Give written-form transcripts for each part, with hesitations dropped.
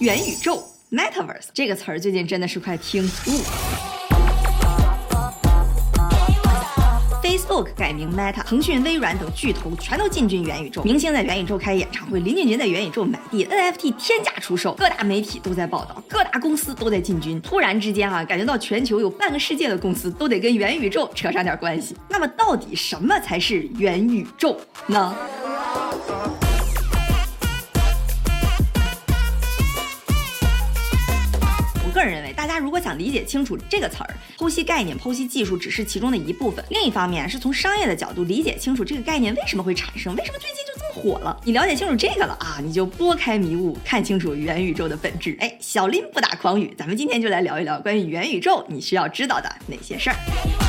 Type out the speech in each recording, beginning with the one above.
元宇宙 Metaverse 这个词儿最近真的是快听吐了。Facebook 改名 Meta， 腾讯、微软等巨头全都进军元宇宙，明星在元宇宙开演唱会，林俊杰在元宇宙买地 ，NFT 天价出售，各大媒体都在报道，各大公司都在进军。突然之间感觉到全球有半个世界的公司都得跟元宇宙扯上点关系。那么到底什么才是元宇宙呢？个人认为，大家如果想理解清楚这个词儿，剖析概念、剖析技术只是其中的一部分。另一方面，是从商业的角度理解清楚这个概念为什么会产生，为什么最近就这么火了。你了解清楚这个了你就拨开迷雾，看清楚元宇宙的本质。小林不打诳语，咱们今天就来聊一聊关于元宇宙你需要知道的哪些事儿。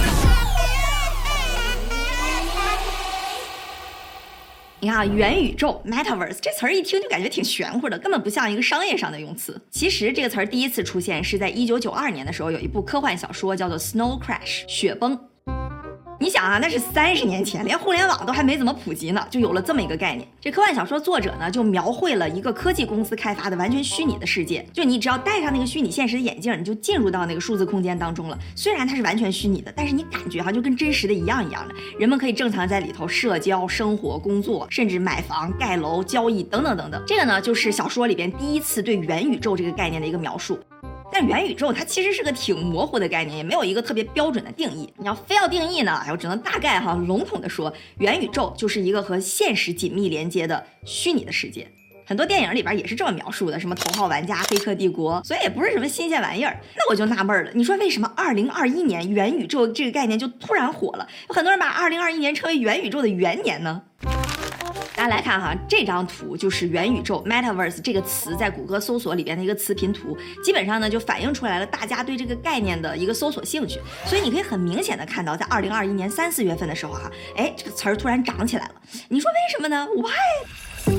你看元宇宙 Metaverse 这词儿一听就感觉挺玄乎的，根本不像一个商业上的用词。其实这个词儿第一次出现是在1992年的时候，有一部科幻小说叫做 Snow Crash 雪崩。你想那是30年前，连互联网都还没怎么普及呢，就有了这么一个概念。这科幻小说作者呢，就描绘了一个科技公司开发的完全虚拟的世界，就你只要戴上那个虚拟现实的眼镜，你就进入到那个数字空间当中了。虽然它是完全虚拟的，但是你感觉就跟真实的一样的。人们可以正常在里头社交、生活、工作，甚至买房、盖楼、交易等等等等。这个呢，就是小说里边第一次对元宇宙这个概念的一个描述。但元宇宙它其实是个挺模糊的概念，也没有一个特别标准的定义。你要非要定义呢，我只能大概笼统的说，元宇宙就是一个和现实紧密连接的虚拟的世界。很多电影里边也是这么描述的，什么头号玩家、黑客帝国，所以也不是什么新鲜玩意儿。那我就纳闷了，你说为什么2021年元宇宙这个概念就突然火了？有很多人把2021年称为元宇宙的元年呢？大家来看这张图就是元宇宙 Metaverse 这个词在谷歌搜索里边的一个词频图，基本上呢就反映出来了大家对这个概念的一个搜索兴趣。所以你可以很明显的看到，在2021年3、4月份的时候这个词儿突然涨起来了。你说为什么呢 ？Why？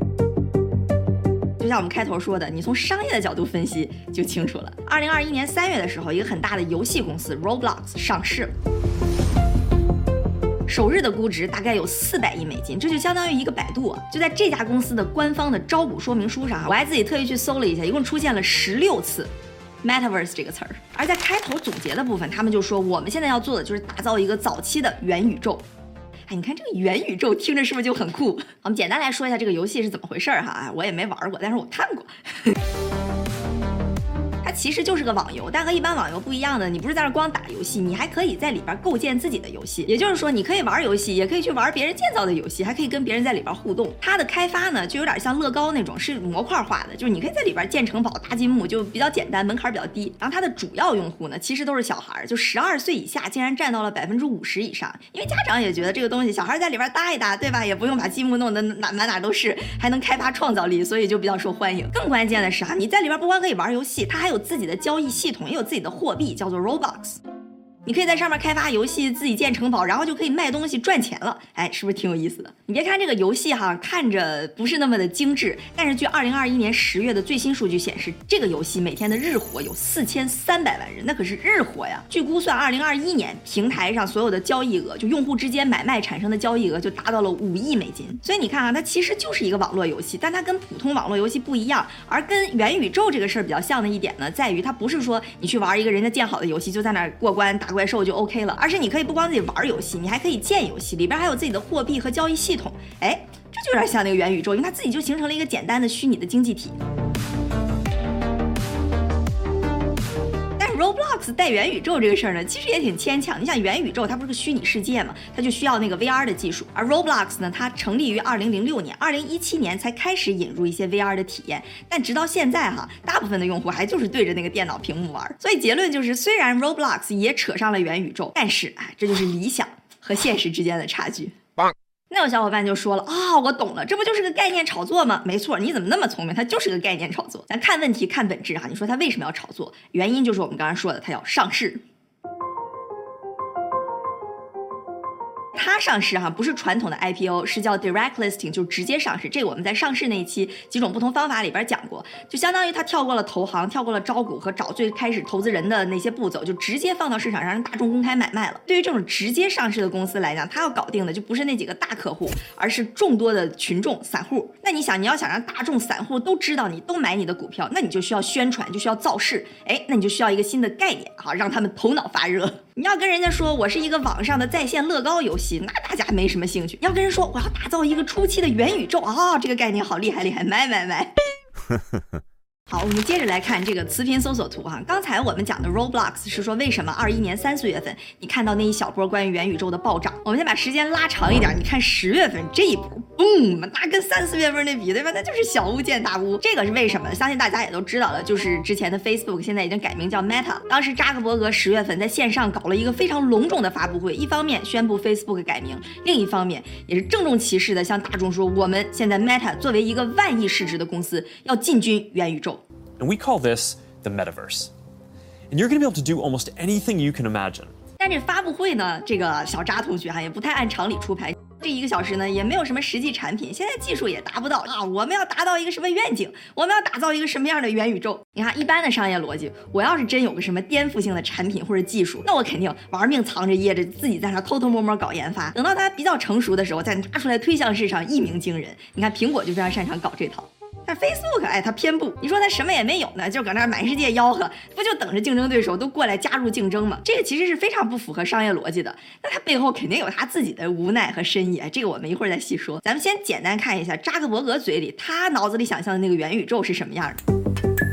就像我们开头说的，你从商业的角度分析就清楚了。2021年3月的时候，一个很大的游戏公司 Roblox 上市了。首日的估值大概有400亿美金，这就相当于一个百度就在这家公司的官方的招股说明书上我还自己特意去搜了一下，一共出现了16次 Metaverse 这个词儿。而在开头总结的部分，他们就说我们现在要做的就是打造一个早期的元宇宙。你看这个元宇宙听着是不是就很酷？我们简单来说一下这个游戏是怎么回事我也没玩过，但是我看过。它其实就是个网游，但和一般网游不一样的，你不是在这光打游戏，你还可以在里边构建自己的游戏。也就是说，你可以玩游戏，也可以去玩别人建造的游戏，还可以跟别人在里边互动。它的开发呢，就有点像乐高那种，是模块化的，就是你可以在里边建城堡、搭积木，就比较简单，门槛比较低。然后它的主要用户呢，其实都是小孩，就12岁以下，竟然占到了50%以上。因为家长也觉得这个东西，小孩在里边搭一搭，对吧？也不用把积木弄得满哪都是，还能开发创造力，所以就比较受欢迎。更关键的是你在里边不光可以玩游戏，它还有自己的交易系统，也有自己的货币，叫做 Robux。你可以在上面开发游戏，自己建城堡，然后就可以卖东西赚钱了。是不是挺有意思的？你别看这个游戏看着不是那么的精致，但是据2021年10月的最新数据显示，这个游戏每天的日活有4300万人，那可是日活呀。据估算2021年平台上所有的交易额，就用户之间买卖产生的交易额就达到了5亿美金。所以你看它其实就是一个网络游戏，但它跟普通网络游戏不一样。而跟元宇宙这个事儿比较像的一点呢，在于它不是说你去玩一个人家建好的游戏就在那儿过关打怪兽就 OK 了，而是你可以不光自己玩游戏，你还可以建游戏，里边还有自己的货币和交易系统。这就有点像那个元宇宙，因为它自己就形成了一个简单的虚拟的经济体。但是 Roblox 带元宇宙这个事儿呢，其实也挺牵强。你想元宇宙它不是个虚拟世界嘛，它就需要那个 VR 的技术。而 Roblox 呢，它成立于2006年，2017年才开始引入一些 VR 的体验，但直到现在大部分的用户还就是对着那个电脑屏幕玩。所以结论就是，虽然 Roblox 也扯上了元宇宙，但是这就是理想和现实之间的差距。那有小伙伴就说了我懂了，这不就是个概念炒作吗？没错，你怎么那么聪明？它就是个概念炒作。咱看问题看本质你说它为什么要炒作？原因就是我们刚才说的，它要上市。它上市不是传统的 IPO， 是叫 direct listing， 就直接上市。这个我们在上市那一期几种不同方法里边讲过，就相当于他跳过了投行，跳过了招股和找最开始投资人的那些步骤，就直接放到市场上让大众公开买卖了。对于这种直接上市的公司来讲，他要搞定的就不是那几个大客户，而是众多的群众散户。那你想，你要想让大众散户都知道你，都买你的股票，那你就需要宣传，就需要造势，那你就需要一个新的概念让他们头脑发热。你要跟人家说我是一个网上的在线乐高游戏，那大家没什么兴趣。你要跟人说我要打造一个初期的元宇宙这个概念好厉害，买好，我们接着来看这个词频搜索图刚才我们讲的 Roblox 是说为什么21年3、4月份你看到那一小波关于元宇宙的暴涨。我们先把时间拉长一点，你看10月份这一波那跟3、4月份那比，对吧？那就是小巫见大巫。这个是为什么？相信大家也都知道了，就是之前的 Facebook 现在已经改名叫 Meta。当时扎克伯格10月份在线上搞了一个非常隆重的发布会，一方面宣布 Facebook 改名，另一方面也是郑重其事的向大众说，我们现在 Meta 作为一个10000亿市值的公司，要进军元宇宙。 And we call this the metaverse. And you're going to be able to do almost anything you can imagine. 但这发布会呢，这个小扎同学也不太按常理出牌。这1个小时呢，也没有什么实际产品，现在技术也达不到我们要达到一个什么愿景，我们要打造一个什么样的元宇宙。你看一般的商业逻辑，我要是真有个什么颠覆性的产品或者技术，那我肯定玩命藏着掖着，自己在那偷偷摸摸搞研发，等到它比较成熟的时候再拿出来推向市场，一鸣惊人。你看苹果就非常擅长搞这套。但 Facebook 它偏不，你说它什么也没有呢，就搁那满世界吆喝，不就等着竞争对手都过来加入竞争吗？这个其实是非常不符合商业逻辑的。那它背后肯定有它自己的无奈和深意，这个我们一会儿再细说。咱们先简单看一下扎克伯格嘴里他脑子里想象的那个元宇宙是什么样的。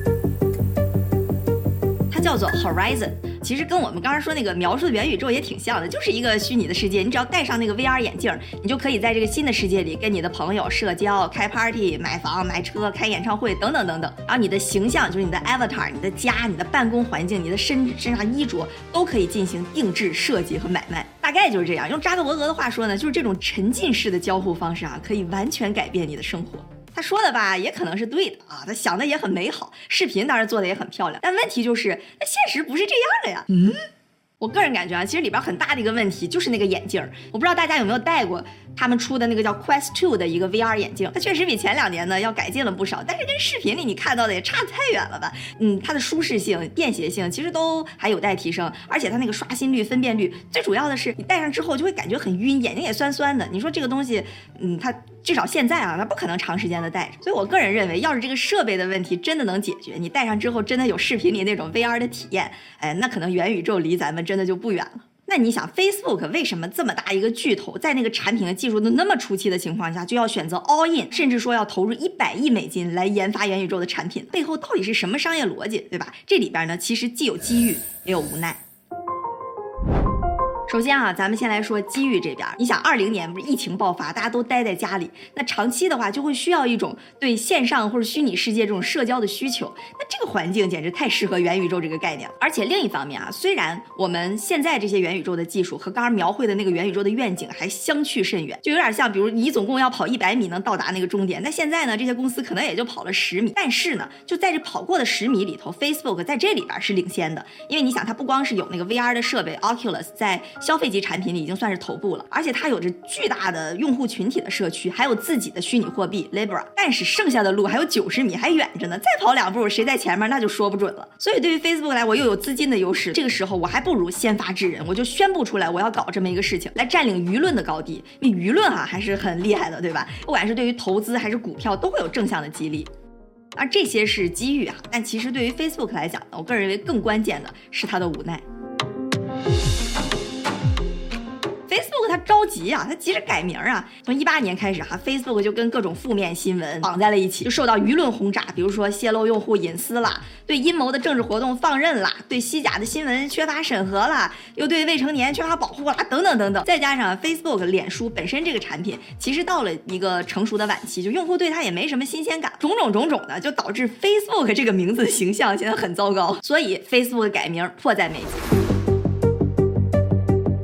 它叫做 Horizon， 其实跟我们刚才说那个描述的元宇宙也挺像的，就是一个虚拟的世界。你只要戴上那个 VR 眼镜，你就可以在这个新的世界里跟你的朋友社交、开 party、买房、买车、开演唱会等等等等。然后你的形象就是你的 avatar、你的家、你的办公环境、你的身上衣着都可以进行定制设计和买卖。大概就是这样。用扎克伯格的话说呢，就是这种沉浸式的交互方式可以完全改变你的生活。他说的吧，也可能是对的他想的也很美好，视频当然做的也很漂亮，但问题就是那现实不是这样的呀。我个人感觉其实里边很大的一个问题就是那个眼镜。我不知道大家有没有戴过他们出的那个叫 Quest 2的一个 VR 眼镜，它确实比前2年呢要改进了不少，但是跟视频里你看到的也差太远了吧。它的舒适性、便携性其实都还有待提升，而且它那个刷新率、分辨率，最主要的是你戴上之后就会感觉很晕，眼睛也酸酸的。你说这个东西，它至少现在它不可能长时间的戴着。所以我个人认为，要是这个设备的问题真的能解决，你戴上之后真的有视频里那种 VR 的体验，那可能元宇宙离咱们真的就不远了。那你想 Facebook 为什么这么大一个巨头，在那个产品和技术都那么初期的情况下，就要选择 all in， 甚至说要投入100亿美金来研发元宇宙的产品，背后到底是什么商业逻辑，对吧？这里边呢，其实既有机遇也有无奈。首先咱们先来说机遇这边。你想20年不是疫情爆发，大家都待在家里，那长期的话就会需要一种对线上或者虚拟世界这种社交的需求，那这个环境简直太适合元宇宙这个概念了。而且另一方面虽然我们现在这些元宇宙的技术和刚刚描绘的那个元宇宙的愿景还相去甚远，就有点像比如你总共要跑100米能到达那个终点，那现在呢这些公司可能也就跑了10米，但是呢就在这跑过的10米里头， Facebook 在这里边是领先的。因为你想它不光是有那个 VR 的设备 Oculus 在消费级产品里已经算是头部了，而且它有着巨大的用户群体的社区，还有自己的虚拟货币 Libra， 但是剩下的路还有90米，还远着呢，再跑2步谁在前面那就说不准了。所以对于 Facebook 来，我又有资金的优势，这个时候我还不如先发制人，我就宣布出来我要搞这么一个事情，来占领舆论的高地。因为舆论还是很厉害的，对吧？不管是对于投资还是股票都会有正向的激励。而这些是机遇但其实对于 Facebook 来讲呢，我个人认为更关键的是它的无奈。Facebook 它着急它急着改名从18年开始Facebook 就跟各种负面新闻绑在了一起，就受到舆论轰炸，比如说泄露用户隐私啦，对阴谋的政治活动放任啦，对虚假的新闻缺乏审核啦，又对未成年缺乏保护啦，等等等等。再加上 Facebook 脸书本身这个产品其实到了一个成熟的晚期，就用户对它也没什么新鲜感，种种的就导致 Facebook 这个名字的形象现在很糟糕，所以 Facebook 改名迫在眉睫。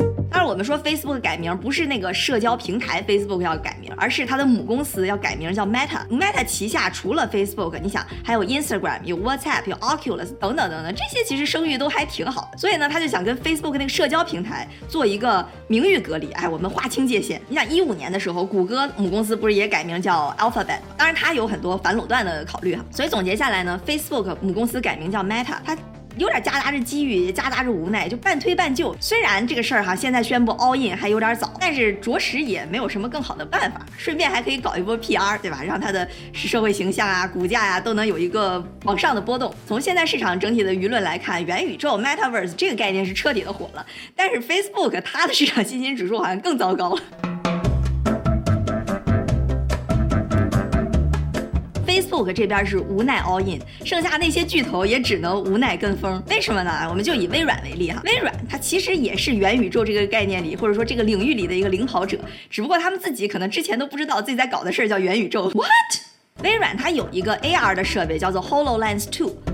但是我们说 Facebook 改名不是那个社交平台 Facebook 要改名，而是它的母公司要改名叫 Meta。Meta 旗下除了 Facebook， 你想还有 Instagram、有 WhatsApp、有 Oculus 等等等等，这些其实声誉都还挺好的。所以呢，他就想跟 Facebook 那个社交平台做一个名誉隔离，我们划清界限。你想15年的时候，谷歌母公司不是也改名叫 Alphabet， 当然它有很多反垄断的考虑哈。所以总结下来呢 ，Facebook 母公司改名叫 Meta， 它有点夹杂着机遇，夹杂着无奈，就半推半就。虽然这个事儿现在宣布 all in 还有点早，但是着实也没有什么更好的办法。顺便还可以搞一波 PR， 对吧？让它的社会形象股价都能有一个往上的波动。从现在市场整体的舆论来看，元宇宙 Metaverse 这个概念是彻底的火了，但是 Facebook 它的市场信心指数好像更糟糕了。Facebook 这边是无奈 all in， 剩下那些巨头也只能无奈跟风。为什么呢？我们就以微软为例微软它其实也是元宇宙这个概念里，或者说这个领域里的一个领跑者，只不过他们自己可能之前都不知道自己在搞的事叫元宇宙。What？ 微软它有一个 AR 的设备叫做 HoloLens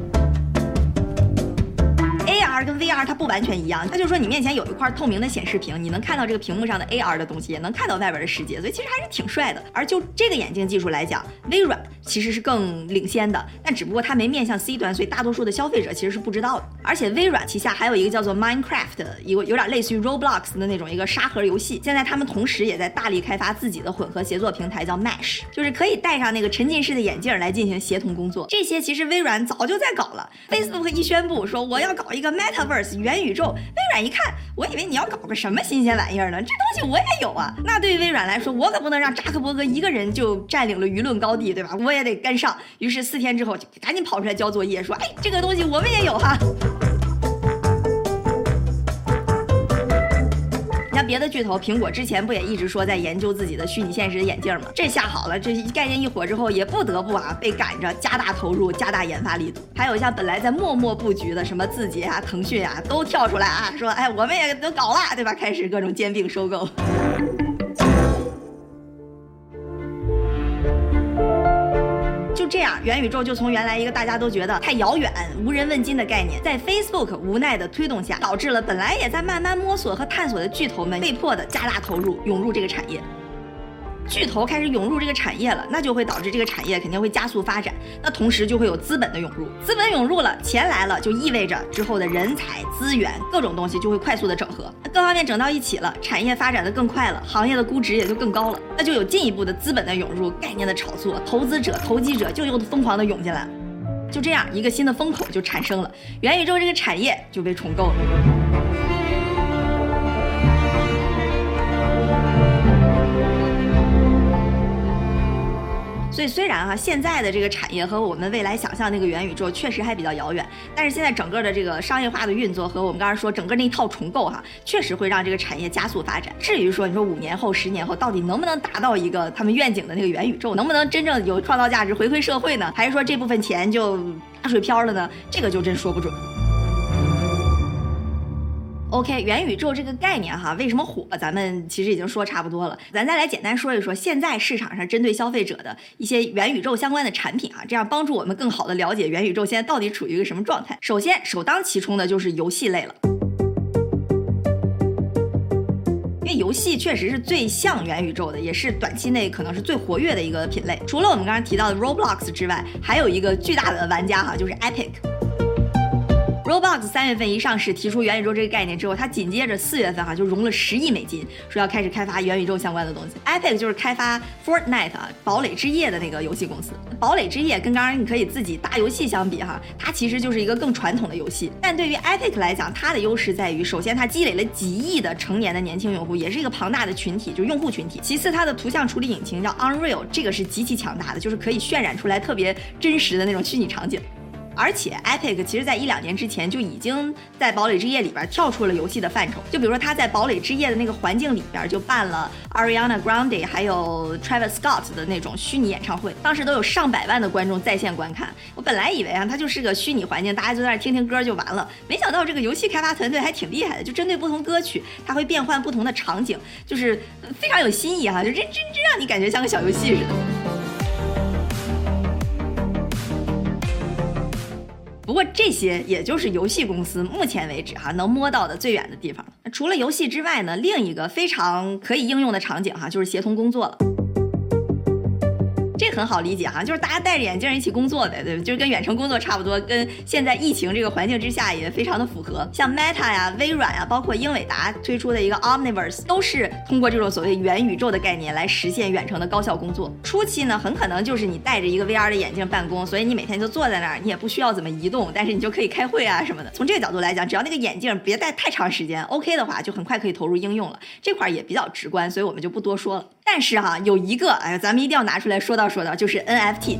2。AR 跟 VR 它不完全一样，它就是说你面前有一块透明的显示屏，你能看到这个屏幕上的 AR 的东西，也能看到外边的世界，所以其实还是挺帅的。而就这个眼镜技术来讲，微软其实是更领先的，但只不过它没面向 C 端，所以大多数的消费者其实是不知道的。而且微软旗下还有一个叫做 Minecraft 的有点类似于 Roblox 的那种一个沙盒游戏，现在他们同时也在大力开发自己的混合协作平台叫 Mesh， 就是可以戴上那个沉浸式的眼镜来进行协同工作。这些其实微软早就在搞了。Facebook 一宣布说我要搞一个 Metaverse 元宇宙，微软一看，我以为你要搞个什么新鲜玩意儿呢，这东西我也有啊。那对于微软来说，我可不能让扎克伯格一个人就占领了舆论高地，对吧？我也得跟上。于是4天之后就赶紧跑出来交作业，说这个东西我们也有哈。像别的巨头，苹果之前不也一直说在研究自己的虚拟现实的眼镜吗？这下好了，这概念一火之后，也不得不被赶着加大投入，加大研发力度。还有像本来在默默布局的什么字节腾讯都跳出来说我们也都搞了，对吧？开始各种兼并收购。就这样，元宇宙就从原来一个大家都觉得太遥远、无人问津的概念，在 Facebook 无奈的推动下，导致了本来也在慢慢摸索和探索的巨头们被迫的加大投入，涌入这个产业。巨头开始涌入这个产业了，那就会导致这个产业肯定会加速发展，那同时就会有资本的涌入，资本涌入了，钱来了，就意味着之后的人才、资源各种东西就会快速的整合，各方面整到一起了，产业发展的更快了，行业的估值也就更高了，那就有进一步的资本的涌入，概念的炒作，投资者、投机者就又疯狂的涌进来，就这样一个新的风口就产生了，元宇宙这个产业就被重构了。所以虽然现在的这个产业和我们未来想象那个元宇宙确实还比较遥远，但是现在整个的这个商业化的运作和我们刚才说整个那一套重构确实会让这个产业加速发展。至于说你说5年后、10年后到底能不能达到一个他们愿景的那个元宇宙，能不能真正有创造价值回馈社会呢？还是说这部分钱就打水漂了呢？这个就真说不准。OK， 元宇宙这个概念为什么火？咱们其实已经说差不多了，咱再来简单说一说现在市场上针对消费者的一些元宇宙相关的产品这样帮助我们更好的了解元宇宙现在到底处于一个什么状态。首先，首当其冲的就是游戏类了。因为游戏确实是最像元宇宙的，也是短期内可能是最活跃的一个品类。除了我们刚才提到的 Roblox 之外，还有一个巨大的玩家就是 Epic。Roblox 3月份一上市，提出元宇宙这个概念之后，它紧接着4月份就融了10亿美金，说要开始开发元宇宙相关的东西。Epic 就是开发 Fortnite 堡垒之夜的那个游戏公司。堡垒之夜跟刚刚你可以自己搭游戏相比它其实就是一个更传统的游戏。但对于 Epic 来讲，它的优势在于，首先它积累了几亿的成年的年轻用户，也是一个庞大的群体，就是用户群体。其次，它的图像处理引擎叫 Unreal， 这个是极其强大的，就是可以渲染出来特别真实的那种虚拟场景。而且 Epic 其实在1-2年之前就已经在堡垒之夜里边跳出了游戏的范畴，就比如说他在堡垒之夜的那个环境里边就办了 Ariana Grande 还有 Travis Scott 的那种虚拟演唱会，当时都有上百万的观众在线观看。我本来以为它就是个虚拟环境，大家就在那听听歌就完了，没想到这个游戏开发团队还挺厉害的，就针对不同歌曲它会变换不同的场景，就是非常有新意就真让你感觉像个小游戏似的。 不过这些也就是游戏公司目前为止能摸到的最远的地方了。那除了游戏之外呢，另一个非常可以应用的场景就是协同工作了。这很好理解就是大家戴着眼镜一起工作呗，对吧？就是跟远程工作差不多，跟现在疫情这个环境之下也非常的符合。像 Meta 呀、微软呀，包括英伟达推出的一个 Omniverse， 都是通过这种所谓元宇宙的概念来实现远程的高效工作。初期呢，很可能就是你戴着一个 VR 的眼镜办公，所以你每天就坐在那儿，你也不需要怎么移动，但是你就可以开会什么的。从这个角度来讲，只要那个眼镜别戴太长时间 ，OK 的话，就很快可以投入应用了。这块也比较直观，所以我们就不多说了。但是有一个咱们一定要拿出来说道，就是 NFT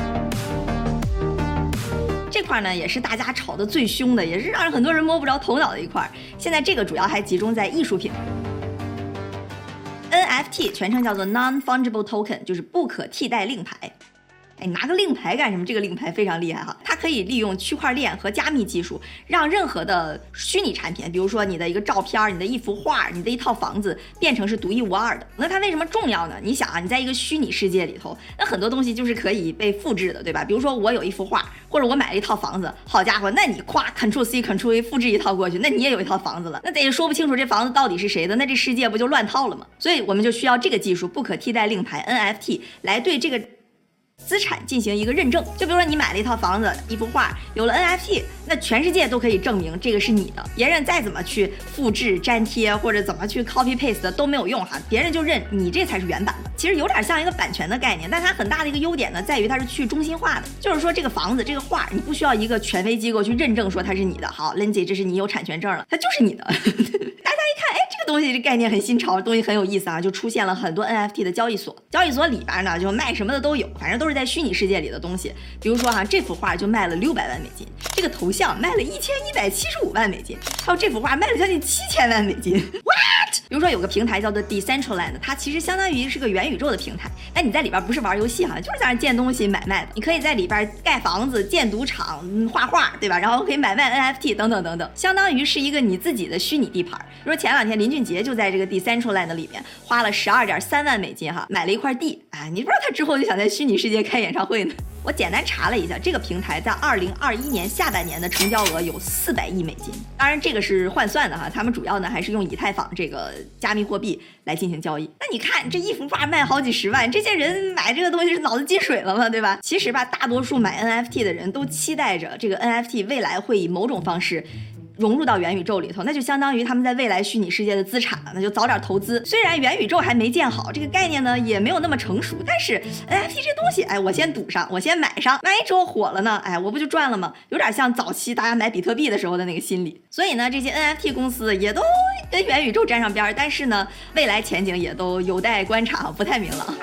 这块呢，也是大家吵得最凶的，也是让很多人摸不着头脑的一块。现在这个主要还集中在艺术品。NFT 全称叫做 Non-Fungible Token， 就是不可替代令牌。你拿个令牌干什么？这个令牌非常厉害它可以利用区块链和加密技术，让任何的虚拟产品，比如说你的一个照片、你的一幅画、你的一套房子，变成是独一无二的。那它为什么重要呢？你想你在一个虚拟世界里头，那很多东西就是可以被复制的，对吧？比如说我有一幅画，或者我买了一套房子，好家伙，那你夸 Ctrl+C、Ctrl+V 复制一套过去，那你也有一套房子了，那咱也说不清楚这房子到底是谁的，那这世界不就乱套了吗？所以我们就需要这个技术，不可替代令牌 NFT 来对这个资产进行一个认证。就比如说你买了一套房子、一幅画，有了 NFT， 那全世界都可以证明这个是你的，别人再怎么去复制粘贴或者怎么去 copy paste 都没有用别人就认你这才是原版的。其实有点像一个版权的概念，但它很大的一个优点呢，在于它是去中心化的，就是说这个房子、这个画，你不需要一个权威机构去认证说它是你的。好 ，Lindsay， 这是你有产权证了，它就是你的。大家一看，这个东西这概念很新潮，东西很有意思就出现了很多 NFT 的交易所。交易所里边呢，就卖什么的都有，反正都是在虚拟世界里的东西。比如说这幅画就卖了600万美金，这个头像卖了1175万美金，还有这幅画卖了将近7000万美金。What？ 比如说有个平台叫做 Decentraland， 它其实相当于是个元宇宙的平台。但你在里边不是玩游戏就是在那建东西买卖的。你可以在里边盖房子、建赌场、画画，对吧？然后可以买卖 NFT 等等等等，相当于是一个你自己的虚拟地盘。比如说前2天林俊杰就在这个 Decentraland 里面花了12.3万美金买了一块地。你不知道他之后就想在虚拟世界开演唱会呢。我简单查了一下，这个平台在2021年下半年的成交额有400亿美金。当然这个是换算的他们主要呢还是用以太坊这个加密货币来进行交易。那你看这一幅画卖好几十万，这些人买这个东西是脑子进水了吗？对吧？其实大多数买 NFT 的人都期待着这个 NFT 未来会以某种方式融入到元宇宙里头，那就相当于他们在未来虚拟世界的资产了，那就早点投资。虽然元宇宙还没建好，这个概念呢也没有那么成熟，但是 NFT 这东西，我先赌上，我先买上，万一之后火了呢，我不就赚了吗？有点像早期大家买比特币的时候的那个心理。所以呢，这些 NFT 公司也都跟元宇宙沾上边，但是呢，未来前景也都有待观察，不太明朗。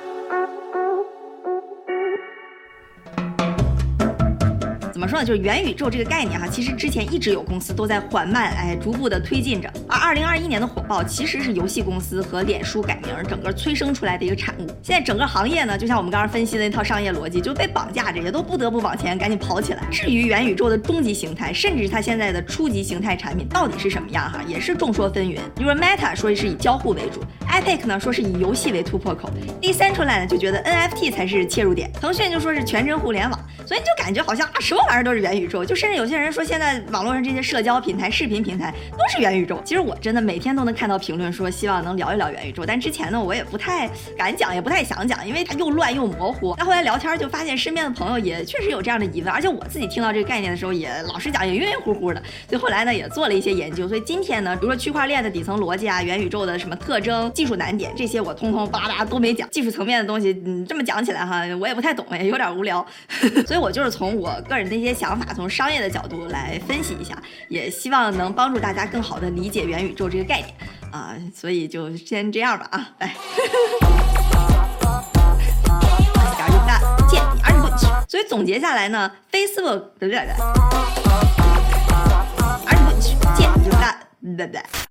怎么说呢？就是元宇宙这个概念其实之前一直有公司都在缓慢逐步的推进着。而2021年的火爆其实是游戏公司和脸书改名整个催生出来的一个产物。现在整个行业呢，就像我们刚刚分析的那套商业逻辑，就被绑架着，也都不得不往前赶紧跑起来。至于元宇宙的终极形态，甚至是它现在的初级形态产品到底是什么样也是众说纷纭。比如说 Meta 说是以交互为主， Epic 呢说是以游戏为突破口， Decentraland 就觉得 NFT 才是切入点，腾讯就说是全真互联网。所以你就感觉好像什么玩意儿都是元宇宙，就甚至有些人说现在网络上这些社交平台、视频平台都是元宇宙。其实我真的每天都能看到评论说希望能聊一聊元宇宙，但之前呢我也不太敢讲，也不太想讲，因为它又乱又模糊。但后来聊天就发现身边的朋友也确实有这样的疑问，而且我自己听到这个概念的时候也老实讲也晕晕乎乎的，所以后来呢也做了一些研究。所以今天呢，比如说区块链的底层逻辑元宇宙的什么特征、技术难点，这些我通通巴拉都没讲。技术层面的东西这么讲起来我也不太懂，也有点无聊。所以我就是从我个人的一些想法，从商业的角度来分析一下，也希望能帮助大家更好的理解元宇宙这个概念所以就先这样吧拜。所以总结下来呢 ，Facebook 见就干。